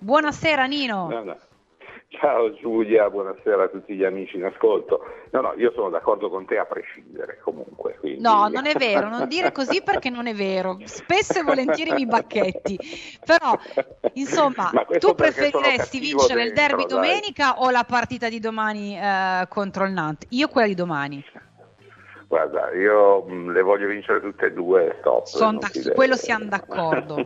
Buonasera Nino. No, no. Ciao Giulia, buonasera a tutti gli amici in ascolto. No, io sono d'accordo con te a prescindere comunque. Quindi... No, non è vero, non dire così perché non è vero. Spesso e volentieri mi bacchetti. Però, insomma, Ma tu questo perché sono preferiresti cattivo vincere il derby dentro, dai. domenica o la partita di domani contro il Nantes? Io quella di domani. Guarda, io le voglio vincere tutte e due, stop, Su quello siamo d'accordo.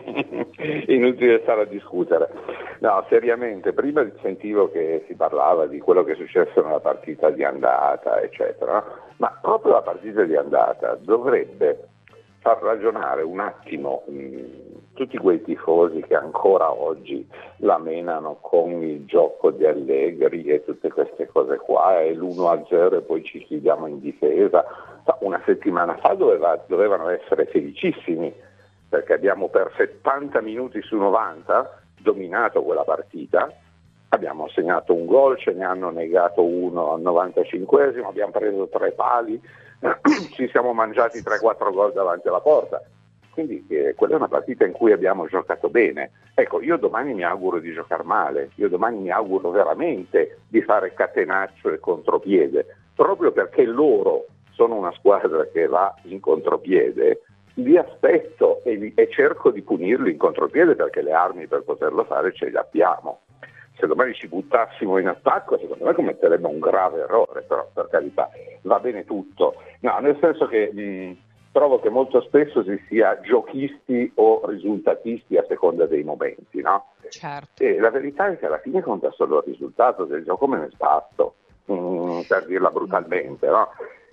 inutile stare a discutere. No, seriamente, prima sentivo che si parlava di quello che è successo nella partita di andata, eccetera, no? Ma proprio la partita di andata dovrebbe far ragionare un attimo tutti quei tifosi che ancora oggi la menano con il gioco di Allegri e tutte queste cose qua, e l'1-0 e poi ci chiudiamo in difesa. Una settimana fa dovevano essere felicissimi perché abbiamo per 70 minuti su 90 dominato quella partita, abbiamo segnato un gol, ce ne hanno negato uno al 95esimo, abbiamo preso 3 pali, ci siamo mangiati 3-4 gol davanti alla porta. Quindi quella è una partita in cui abbiamo giocato bene. Ecco, io domani mi auguro di giocare male, io domani mi auguro veramente di fare catenaccio e contropiede, proprio perché loro sono una squadra che va in contropiede, li aspetto e cerco di punirli in contropiede perché le armi per poterlo fare ce le abbiamo. Se domani ci buttassimo in attacco, secondo me commetteremmo un grave errore, però per carità va bene tutto. No, nel senso che trovo che molto spesso si sia giochisti o risultatisti a seconda dei momenti, no? Certo. E la verità è che alla fine conta solo il risultato del gioco, me ne sbatto, per dirla brutalmente, no?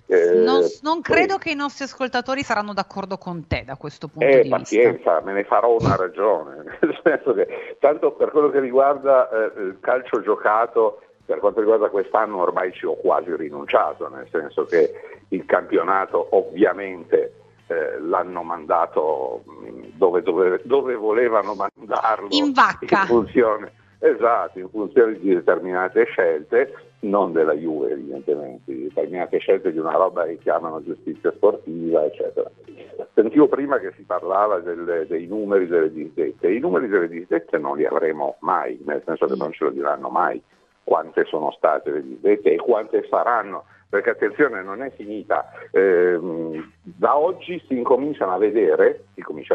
Non credo che i nostri ascoltatori saranno d'accordo con te da questo punto di pazienza, vista. me ne farò una ragione, nel senso che tanto per quello che riguarda il calcio giocato, per quanto riguarda quest'anno ormai ci ho quasi rinunciato, nel senso che il campionato ovviamente l'hanno mandato dove volevano mandarlo, in vacca. in funzione di determinate scelte, non della Juve evidentemente, di determinate scelte di una roba che chiamano giustizia sportiva, eccetera. Sentivo prima che si parlava dei numeri delle disdette. I numeri delle disdette non li avremo mai, nel senso che non ce lo diranno mai quante sono state le disdette e quante saranno, perché attenzione, non è finita. Da oggi si cominceranno a vedere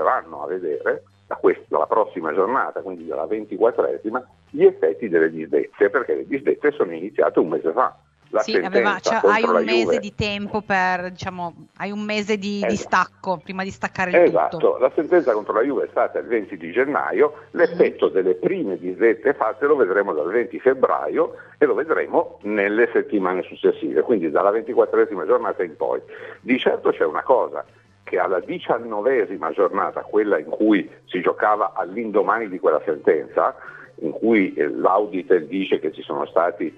dalla prossima giornata, quindi dalla 24esima, gli effetti delle disdette, perché le disdette sono iniziate un mese fa. Hai un mese di tempo per, hai un mese di stacco prima di staccare il tutto. Esatto, la sentenza contro la Juve è stata il 20 di gennaio, l'effetto delle prime disdette fatte lo vedremo dal 20 febbraio e lo vedremo nelle settimane successive, quindi dalla 24esima giornata in poi. Di certo c'è una cosa, che alla 19esima giornata, quella in cui si giocava all'indomani di quella sentenza, in cui l'Auditel dice che ci sono stati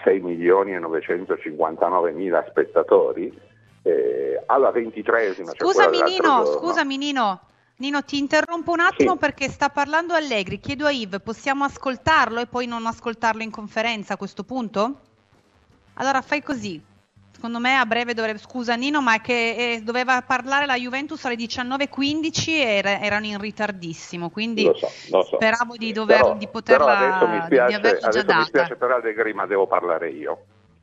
6.959.000 spettatori, alla 23esima... Scusami Nino, ti interrompo un attimo perché sta parlando Allegri, chiedo a Yves, possiamo ascoltarlo e poi non ascoltarlo in conferenza a questo punto? Allora fai così. Secondo me a breve dovrebbe, scusa Nino, ma è che doveva parlare la Juventus alle 19:15 e erano in ritardissimo, quindi lo so. speravo di poterla, adesso mi spiace, di avergli già data. Mi spiace per Allegri, ma devo parlare io.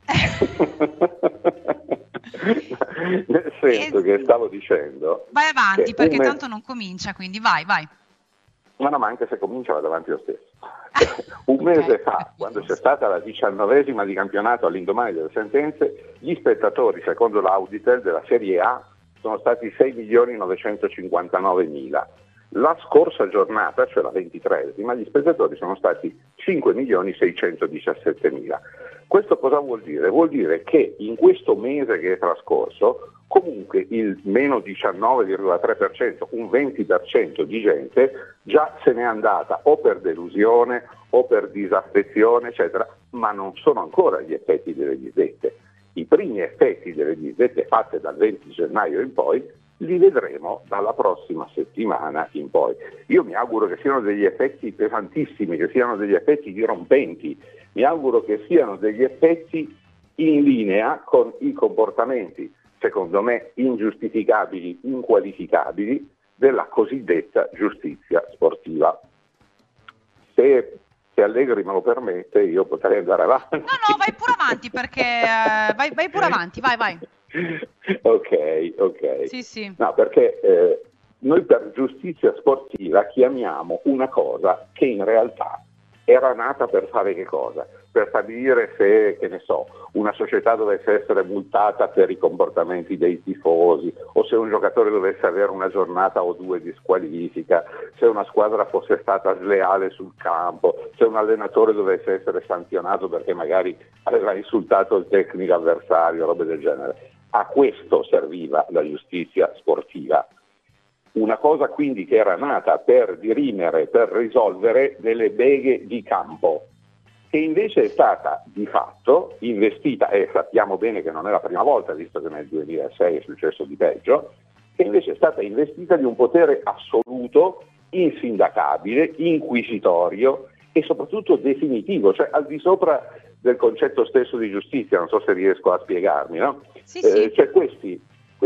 Nel senso che stavo dicendo... Vai avanti perché tanto non comincia, quindi vai. Ma anche se comincia va davanti lo stesso. Un mese fa, quando c'è stata la 19esima di campionato all'indomani delle sentenze, gli spettatori, secondo l'Auditel della Serie A, sono stati 6.959.000. La scorsa giornata, cioè la 23esima, gli spettatori sono stati 5.617.000. Questo cosa vuol dire? Vuol dire che in questo mese che è trascorso, comunque il meno 19,3%, un 20% di gente già se n'è andata o per delusione o per disaffezione, eccetera, ma non sono ancora gli effetti delle disdette. I primi effetti delle disdette fatte dal 20 gennaio in poi li vedremo dalla prossima settimana in poi. Io mi auguro che siano degli effetti pesantissimi, che siano degli effetti dirompenti, mi auguro che siano degli effetti in linea con i comportamenti, secondo me ingiustificabili, inqualificabili, della cosiddetta giustizia sportiva. se Allegri me lo permette, io potrei andare avanti. No, vai pure avanti, perché vai pure avanti, vai. Ok. Sì. No, perché noi per giustizia sportiva chiamiamo una cosa che in realtà era nata per fare che cosa? Per stabilire se, che ne so, una società dovesse essere multata per i comportamenti dei tifosi, o se un giocatore dovesse avere una giornata o due di squalifica, se una squadra fosse stata sleale sul campo, se un allenatore dovesse essere sanzionato perché magari aveva insultato il tecnico avversario, robe del genere. A questo serviva la giustizia sportiva. Una cosa quindi che era nata per dirimere, per risolvere delle beghe di campo, che invece è stata di fatto investita, e sappiamo bene che non è la prima volta, visto che nel 2006 è successo di peggio, che invece è stata investita di un potere assoluto, insindacabile, inquisitorio e soprattutto definitivo, cioè al di sopra del concetto stesso di giustizia, non so se riesco a spiegarmi, no? Sì. Cioè questi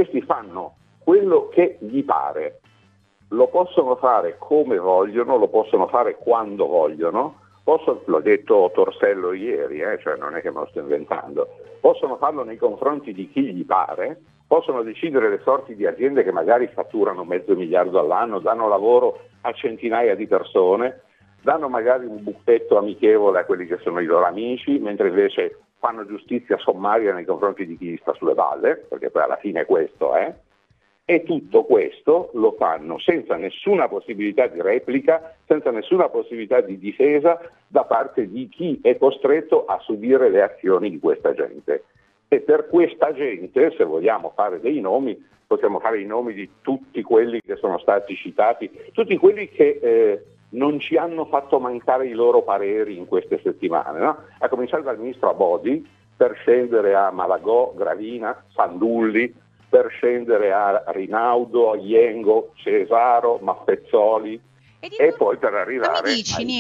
fanno quello che gli pare, lo possono fare come vogliono, lo possono fare quando vogliono, l'ho detto Torsello ieri, cioè non è che me lo sto inventando, possono farlo nei confronti di chi gli pare, possono decidere le sorti di aziende che magari fatturano $500 milioni all'anno, danno lavoro a centinaia di persone, danno magari un buffetto amichevole a quelli che sono i loro amici, mentre invece fanno giustizia sommaria nei confronti di chi gli sta sulle balle, perché poi alla fine questo è. E tutto questo lo fanno senza nessuna possibilità di replica, senza nessuna possibilità di difesa da parte di chi è costretto a subire le azioni di questa gente. E per questa gente, se vogliamo fare dei nomi, possiamo fare i nomi di tutti quelli che sono stati citati, tutti quelli che non ci hanno fatto mancare i loro pareri in queste settimane, no? A cominciare dal ministro Abodi, per scendere a Malagò, Gravina, Sandulli, per scendere a Rinaudo, a Iengo, Cesaro, Maffezzoli e poi per arrivare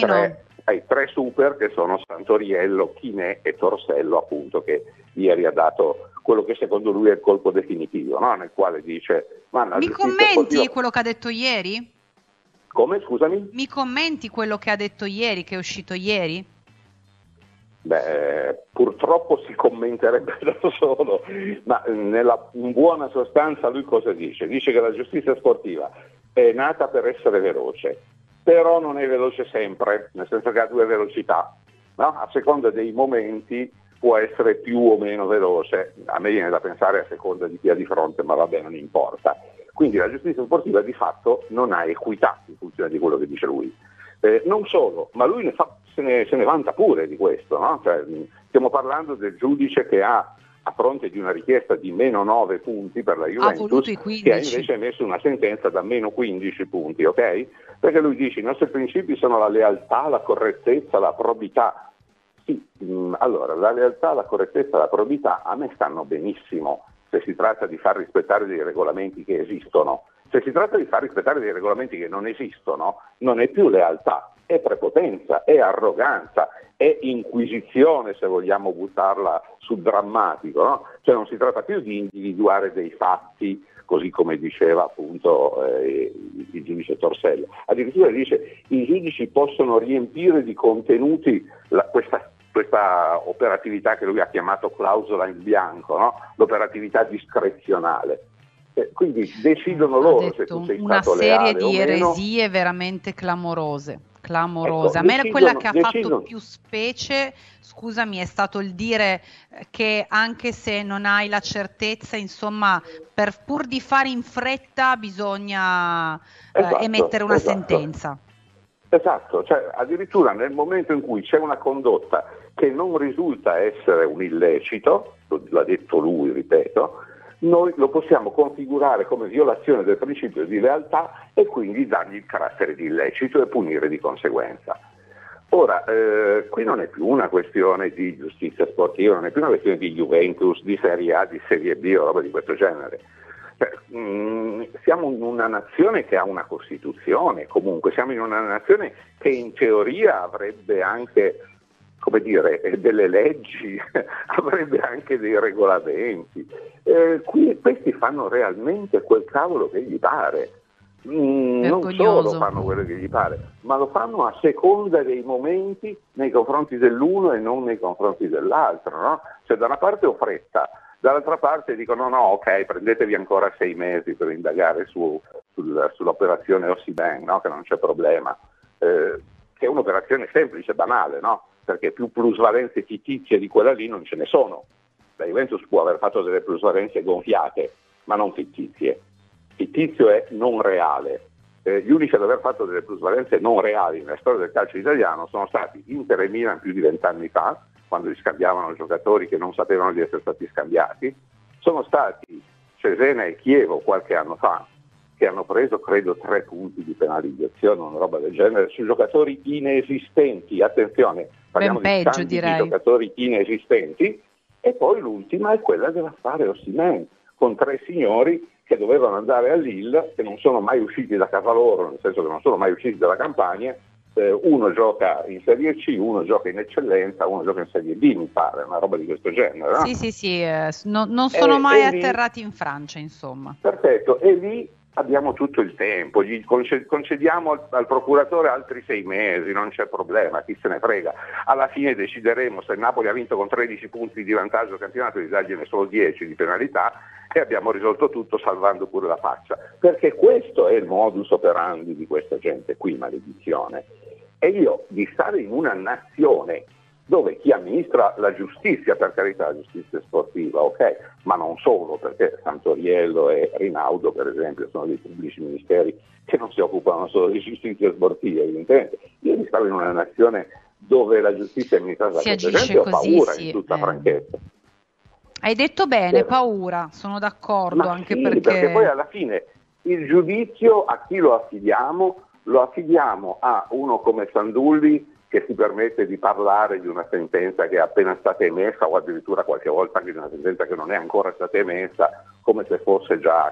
ai tre super che sono Santoriello, Chinè e Torsello, appunto, che ieri ha dato quello che secondo lui è il colpo definitivo, no? Nel quale dice: mi commenti quello che ha detto ieri? Come, scusami? Mi commenti quello che ha detto ieri, che è uscito ieri? Beh, purtroppo si commenterebbe da solo, ma in buona sostanza lui cosa dice? Dice che la giustizia sportiva è nata per essere veloce, però non è veloce sempre, nel senso che ha due velocità, no? A seconda dei momenti può essere più o meno veloce, a me viene da pensare a seconda di chi ha di fronte, ma vabbè, non importa. Quindi la giustizia sportiva di fatto non ha equità in funzione di quello che dice lui. Non solo, ma lui se ne vanta pure di questo, no? Cioè, stiamo parlando del giudice che ha, a fronte di una richiesta di meno 9 punti per la Juventus, che ha invece emesso una sentenza da meno 15 punti, ok? Perché lui dice: i nostri principi sono la lealtà, la correttezza, la probità. Sì, allora, la lealtà, la correttezza, la probità a me stanno benissimo se si tratta di far rispettare dei regolamenti che esistono. Se si tratta di far rispettare dei regolamenti che non esistono, non è più lealtà, è prepotenza, è arroganza, è inquisizione, se vogliamo buttarla sul drammatico, no? Cioè non si tratta più di individuare dei fatti, così come diceva appunto il giudice Torsello. Addirittura dice: i giudici possono riempire di contenuti questa operatività che lui ha chiamato clausola in bianco, no? L'operatività discrezionale. Quindi decidono loro se tu sei stato leale o meno. Una serie di eresie veramente clamorose. Ecco, a me quella che ha fatto più specie, scusami, è stato il dire che anche se non hai la certezza, insomma, pur di fare in fretta bisogna emettere una sentenza. Esatto, cioè addirittura nel momento in cui c'è una condotta che non risulta essere un illecito, l'ha detto lui, ripeto, noi lo possiamo configurare come violazione del principio di lealtà e quindi dargli il carattere di illecito e punire di conseguenza. Ora, qui non è più una questione di giustizia sportiva, non è più una questione di Juventus, di Serie A, di Serie B o roba di questo genere. Siamo in una nazione che ha una Costituzione, comunque siamo in una nazione che in teoria avrebbe anche, come dire, delle leggi, avrebbe anche dei regolamenti. Questi fanno realmente quel cavolo che gli pare. Non solo fanno quello che gli pare, ma lo fanno a seconda dei momenti nei confronti dell'uno e non nei confronti dell'altro, no? Cioè da una parte ho fretta, dall'altra parte dicono no, ok, prendetevi ancora 6 mesi per indagare sull'operazione Osimhen, no? Che non c'è problema, che è un'operazione semplice, banale, no? Perché più plusvalenze fittizie di quella lì non ce ne sono. La Juventus può aver fatto delle plusvalenze gonfiate, ma non fittizie. Fittizio è non reale. Gli unici ad aver fatto delle plusvalenze non reali nella storia del calcio italiano sono stati Inter e Milan più di 20 anni fa, quando li scambiavano giocatori che non sapevano di essere stati scambiati. Sono stati Cesena e Chievo qualche anno fa, che hanno preso credo 3 punti di penalizzazione, una roba del genere, su giocatori inesistenti. Attenzione, parliamo di tanti giocatori inesistenti. E poi l'ultima è quella dell'affare Osimhen, con 3 signori che dovevano andare a Lille, che non sono mai usciti da casa loro, nel senso che non sono mai usciti dalla campagna. Uno gioca in Serie C, uno gioca in Eccellenza, uno gioca in Serie B, mi pare, una roba di questo genere. No? Sì, non sono mai atterrati in Francia, insomma. Perfetto, e lì abbiamo tutto il tempo, gli concediamo al procuratore altri 6 mesi, non c'è problema, chi se ne frega. Alla fine decideremo se il Napoli ha vinto con 13 punti di vantaggio al campionato, di dargliene solo 10 di penalità, e abbiamo risolto tutto salvando pure la faccia. Perché questo è il modus operandi di questa gente qui, maledizione. E io di stare in una nazione dove chi amministra la giustizia, per carità, la giustizia sportiva, ok, ma non solo, perché Santoriello e Rinaudo, per esempio, sono dei pubblici ministeri che non si occupano solo di giustizia sportiva, evidentemente. Io di stare in una nazione dove la giustizia è amministrata da questa gente ho paura, in tutta franchezza. Hai detto bene, paura, sono d'accordo, ma anche sì, perché poi alla fine il giudizio a chi lo affidiamo? Lo affidiamo a uno come Sandulli, che si permette di parlare di una sentenza che è appena stata emessa, o addirittura qualche volta anche di una sentenza che non è ancora stata emessa, come se fosse già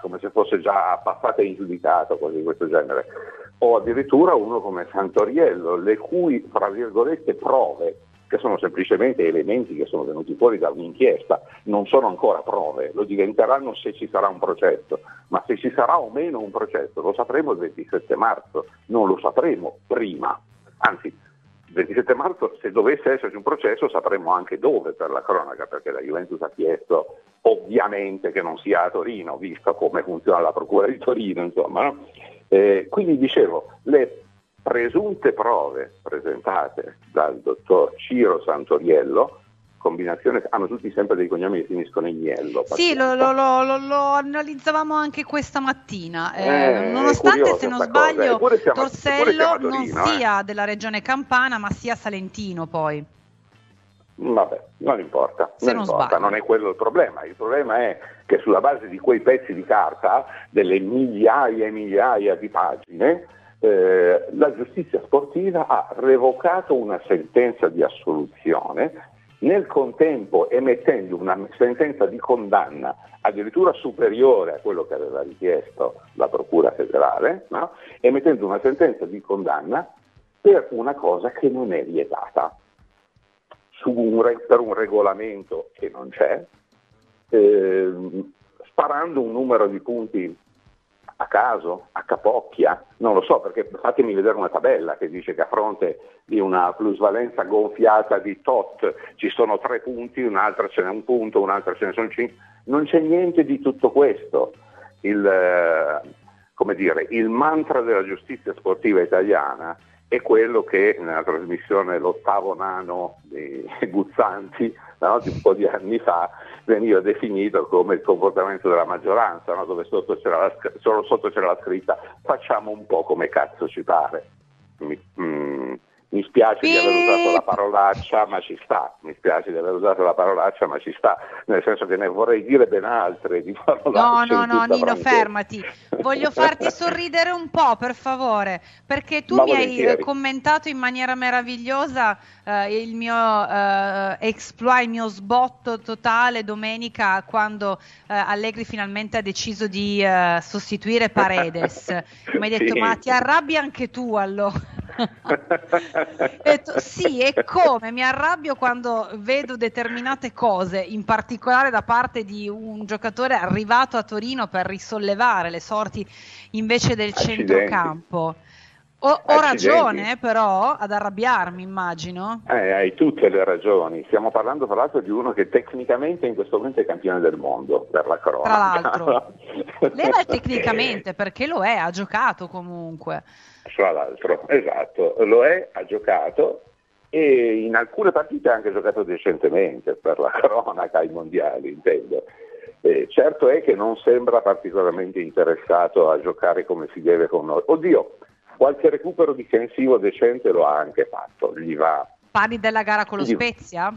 passata in giudicato, cose di questo genere. O addirittura uno come Santoriello, le cui, fra virgolette, prove, che sono semplicemente elementi che sono venuti fuori da un'inchiesta, non sono ancora prove, lo diventeranno se ci sarà un processo, ma se ci sarà o meno un processo lo sapremo il 27 marzo, non lo sapremo prima, anzi il 27 marzo, se dovesse esserci un processo, sapremo anche dove per la cronaca, perché la Juventus ha chiesto ovviamente che non sia a Torino, visto come funziona la procura di Torino, insomma, no? Quindi dicevo, le presunte prove presentate dal dottor Ciro Santoriello, combinazione, hanno tutti sempre dei cognomi che finiscono in Iello. Sì, lo analizzavamo anche questa mattina, nonostante, se non sbaglio, Torsello non sia della regione Campana, ma sia salentino poi. Vabbè, non importa, non è quello il problema è che sulla base di quei pezzi di carta, delle migliaia e migliaia di pagine, la giustizia sportiva ha revocato una sentenza di assoluzione, nel contempo emettendo una sentenza di condanna addirittura superiore a quello che aveva richiesto la Procura federale, no? Emettendo una sentenza di condanna per una cosa che non è vietata, per un regolamento che non c'è, sparando un numero di punti a caso, a capocchia, non lo so, perché fatemi vedere una tabella che dice che a fronte di una plusvalenza gonfiata di tot ci sono 3 punti, un'altra ce n'è 1 punto, un'altra ce ne sono 5, non c'è niente di tutto questo. Il mantra della giustizia sportiva italiana è quello che nella trasmissione L'ottavo nano di Guzzanti, no, di un po' di anni fa, veniva definito come il comportamento della maggioranza, no, dove sotto c'era la scritta facciamo un po' come cazzo ci pare. Mi spiace di aver usato la parolaccia, ma ci sta. Nel senso che ne vorrei dire ben altre di parolacce. No, Nino, fermati. Voglio farti sorridere un po', per favore, perché tu mi hai commentato in maniera meravigliosa il mio exploit, il mio sbotto totale domenica, quando Allegri finalmente ha deciso di sostituire Paredes. Mi hai detto, ma ti arrabbi anche tu allora? Sì, e come mi arrabbio quando vedo determinate cose, in particolare da parte di un giocatore arrivato a Torino per risollevare le sorti invece del centrocampo. Ho ragione però ad arrabbiarmi, immagino. Hai tutte le ragioni. Stiamo parlando tra l'altro di uno che tecnicamente in questo momento è campione del mondo, per la cronaca. Tra l'altro. Leva tecnicamente, perché lo è, ha giocato comunque. Tra l'altro, esatto, lo è, ha giocato e in alcune partite ha anche giocato decentemente, per la cronaca, ai mondiali, intendo. Certo è che non sembra particolarmente interessato a giocare come si deve con noi. Oddio, qualche recupero difensivo decente lo ha anche fatto, gli va. Parli della gara con lo Spezia?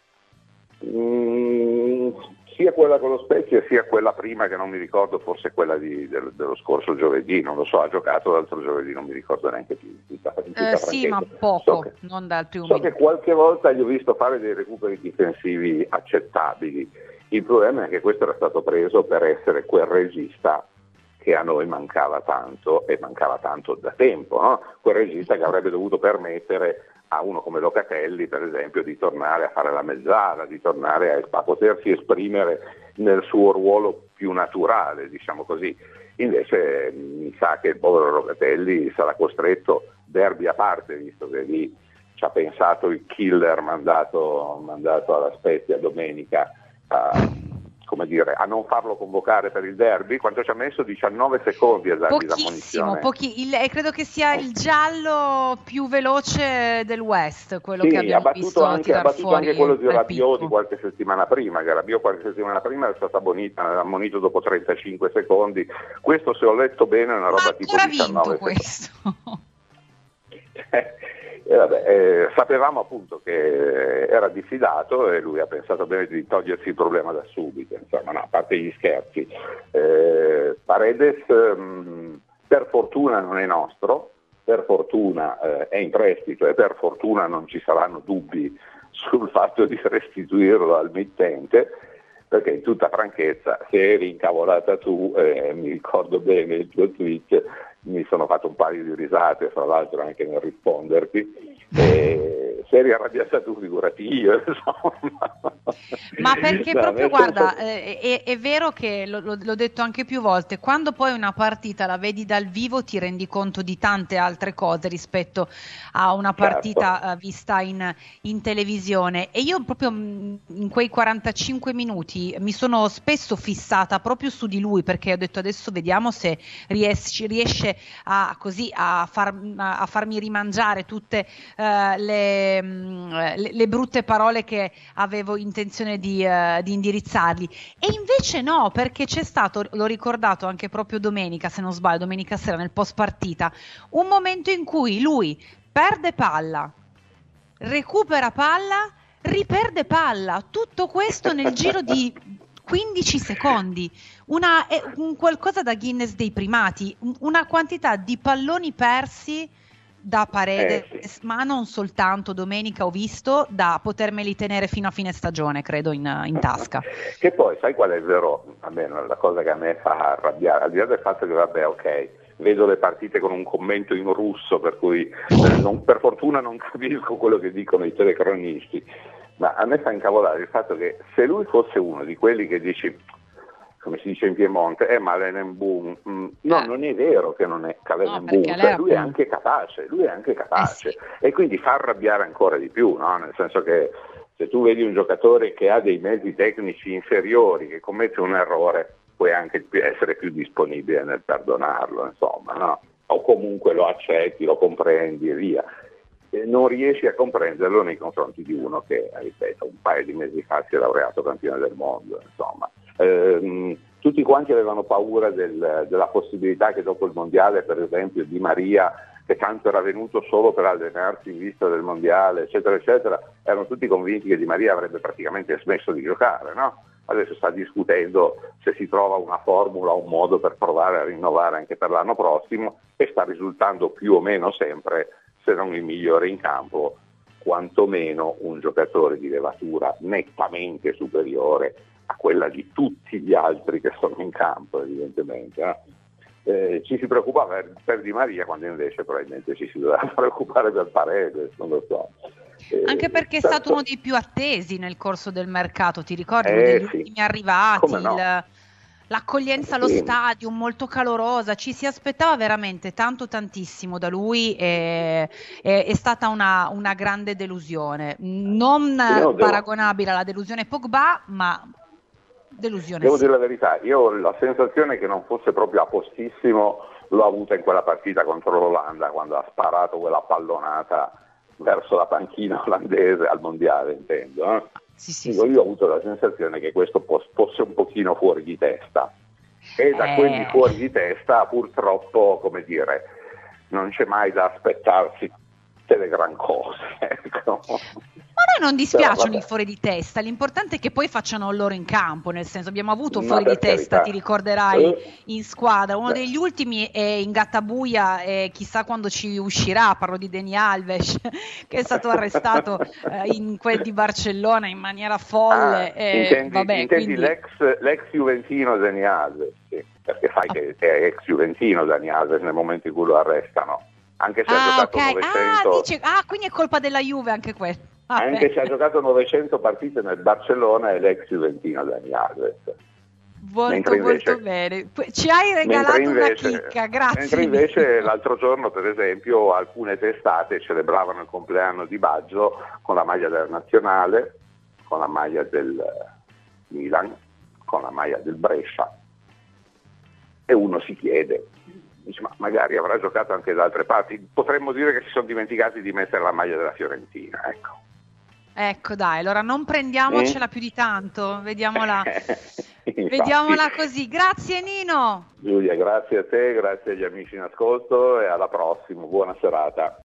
Sia quella con lo Spezia sia quella prima, che non mi ricordo, forse quella dello scorso giovedì, non lo so, ha giocato l'altro giovedì, non mi ricordo neanche più. Sì, ma poco, non dal primo minuto. Che qualche volta gli ho visto fare dei recuperi difensivi accettabili. Il problema è che questo era stato preso per essere quel regista che a noi mancava tanto, e mancava tanto da tempo, no? Quel regista che avrebbe dovuto permettere a uno come Locatelli, per esempio, di tornare a fare la mezzala, di tornare a potersi esprimere nel suo ruolo più naturale, diciamo così. Invece mi sa che il povero Locatelli sarà costretto, derby a parte, visto che lì ci ha pensato il killer mandato alla Spezia domenica, a non farlo convocare per il derby. Quanto ci ha messo? 19 secondi a dargli la munizione. Credo che sia il giallo più veloce del West, quello che abbiamo visto tirar fuori anche quello di Rabiot di qualche settimana prima, che Rabiot qualche settimana prima era stato ammonito dopo 35 secondi. Questo, se ho letto bene, è una roba tipo 19 questo. Sapevamo appunto che era diffidato e lui ha pensato bene di togliersi il problema da subito, insomma, no, a parte gli scherzi. Paredes per fortuna non è nostro, per fortuna è in prestito e per fortuna non ci saranno dubbi sul fatto di restituirlo al mittente, perché in tutta franchezza, se eri incavolata tu, mi ricordo bene il tuo tweet, mi sono fatto un paio di risate, fra l'altro anche nel risponderti, se eri arrabbiata tu, figurati io, insomma. Ma perché proprio, guarda, è vero che l'ho detto anche più volte, quando poi una partita la vedi dal vivo ti rendi conto di tante altre cose rispetto a una partita vista in televisione, e io proprio in quei 45 minuti mi sono spesso fissata proprio su di lui, perché ho detto adesso vediamo se riesce a farmi rimangiare tutte le brutte parole che avevo intenzione di indirizzargli, e invece no, perché c'è stato, l'ho ricordato anche proprio domenica, se non sbaglio, domenica sera nel post partita, un momento in cui lui perde palla, recupera palla, riperde palla, tutto questo nel giro di 15 secondi, un qualcosa da Guinness dei primati, una quantità di palloni persi da Paredes, ma non soltanto. Domenica ho visto, da potermeli tenere fino a fine stagione, credo, in tasca. Che poi, sai qual è il vero, almeno la cosa che a me fa arrabbiare, al di là del fatto che vabbè, ok, vedo le partite con un commento in russo, per cui per fortuna non capisco quello che dicono i telecronisti, ma a me fa incavolare il fatto che se lui fosse uno di quelli che dici, come si dice in Piemonte, ma Lenenboom, no, non è vero che non è Lenenboom, cioè lui è anche capace, sì. E quindi fa arrabbiare ancora di più, no? Nel senso che se tu vedi un giocatore che ha dei mezzi tecnici inferiori, che commette un errore, puoi anche essere più disponibile nel perdonarlo, insomma, no? O comunque lo accetti, lo comprendi e via. Non riesci a comprenderlo nei confronti di uno che, ripeto, un paio di mesi fa si è laureato campione del mondo, insomma. Tutti quanti avevano paura della possibilità che dopo il mondiale, per esempio, Di Maria, che tanto era venuto solo per allenarsi in vista del mondiale, eccetera, eccetera, erano tutti convinti che Di Maria avrebbe praticamente smesso di giocare, no? Adesso sta discutendo se si trova una formula, un modo per provare a rinnovare anche per l'anno prossimo, e sta risultando più o meno sempre, se non il migliore in campo, quantomeno un giocatore di levatura nettamente superiore a quella di tutti gli altri che sono in campo, evidentemente. ci si preoccupa per Di Maria, quando invece probabilmente ci si doveva preoccupare per Paredes, non lo so. Anche perché è certo, stato uno dei più attesi nel corso del mercato, ti ricordi? Uno degli sì, ultimi arrivati, come no? l'accoglienza allo Sì. stadio molto calorosa, ci si aspettava veramente tantissimo da lui e è stata una grande delusione, non Io paragonabile alla delusione Pogba, ma delusione devo sì. dire la verità, io ho la sensazione che non fosse proprio a postissimo, l'ho avuta in quella partita contro l'Olanda, quando ha sparato quella pallonata verso la panchina olandese al mondiale, intendo. Sì, Dico, io ho avuto la sensazione che questo fosse un pochino fuori di testa, e da quelli fuori di testa purtroppo, come dire, non c'è mai da aspettarsi delle gran cose, ecco. Ma a noi non dispiacciono Però, i fuori di testa, l'importante è che poi facciano loro in campo, nel senso abbiamo avuto ma fuori di per testa, carità. ti ricorderai, in squadra, uno Beh. degli ultimi è in Gattabuia e chissà quando ci uscirà, parlo di Dani Alves che è stato arrestato in quel di Barcellona in maniera folle, intendi quindi... l'ex Juventino Dani Alves, sì, perché sai che è ex Juventino Dani Alves nel momento in cui lo arrestano, anche se ha giocato ok, 900 quindi è colpa della Juve anche quello. anche se ha giocato 900 partite nel Barcellona, è l'ex Juventino Dani Alves. Molto bene, ci hai regalato una chicca, grazie. Mentre invece l'altro giorno, per esempio, alcune testate celebravano il compleanno di Baggio con la maglia della Nazionale, con la maglia del Milan, con la maglia del Brescia, e uno si chiede, dice, ma magari avrà giocato anche da altre parti, potremmo dire che si sono dimenticati di mettere la maglia della Fiorentina, ecco. Ecco dai, allora non prendiamocela più di tanto, vediamola così. Grazie Nino! Giulia, grazie a te, grazie agli amici in ascolto e alla prossima, buona serata.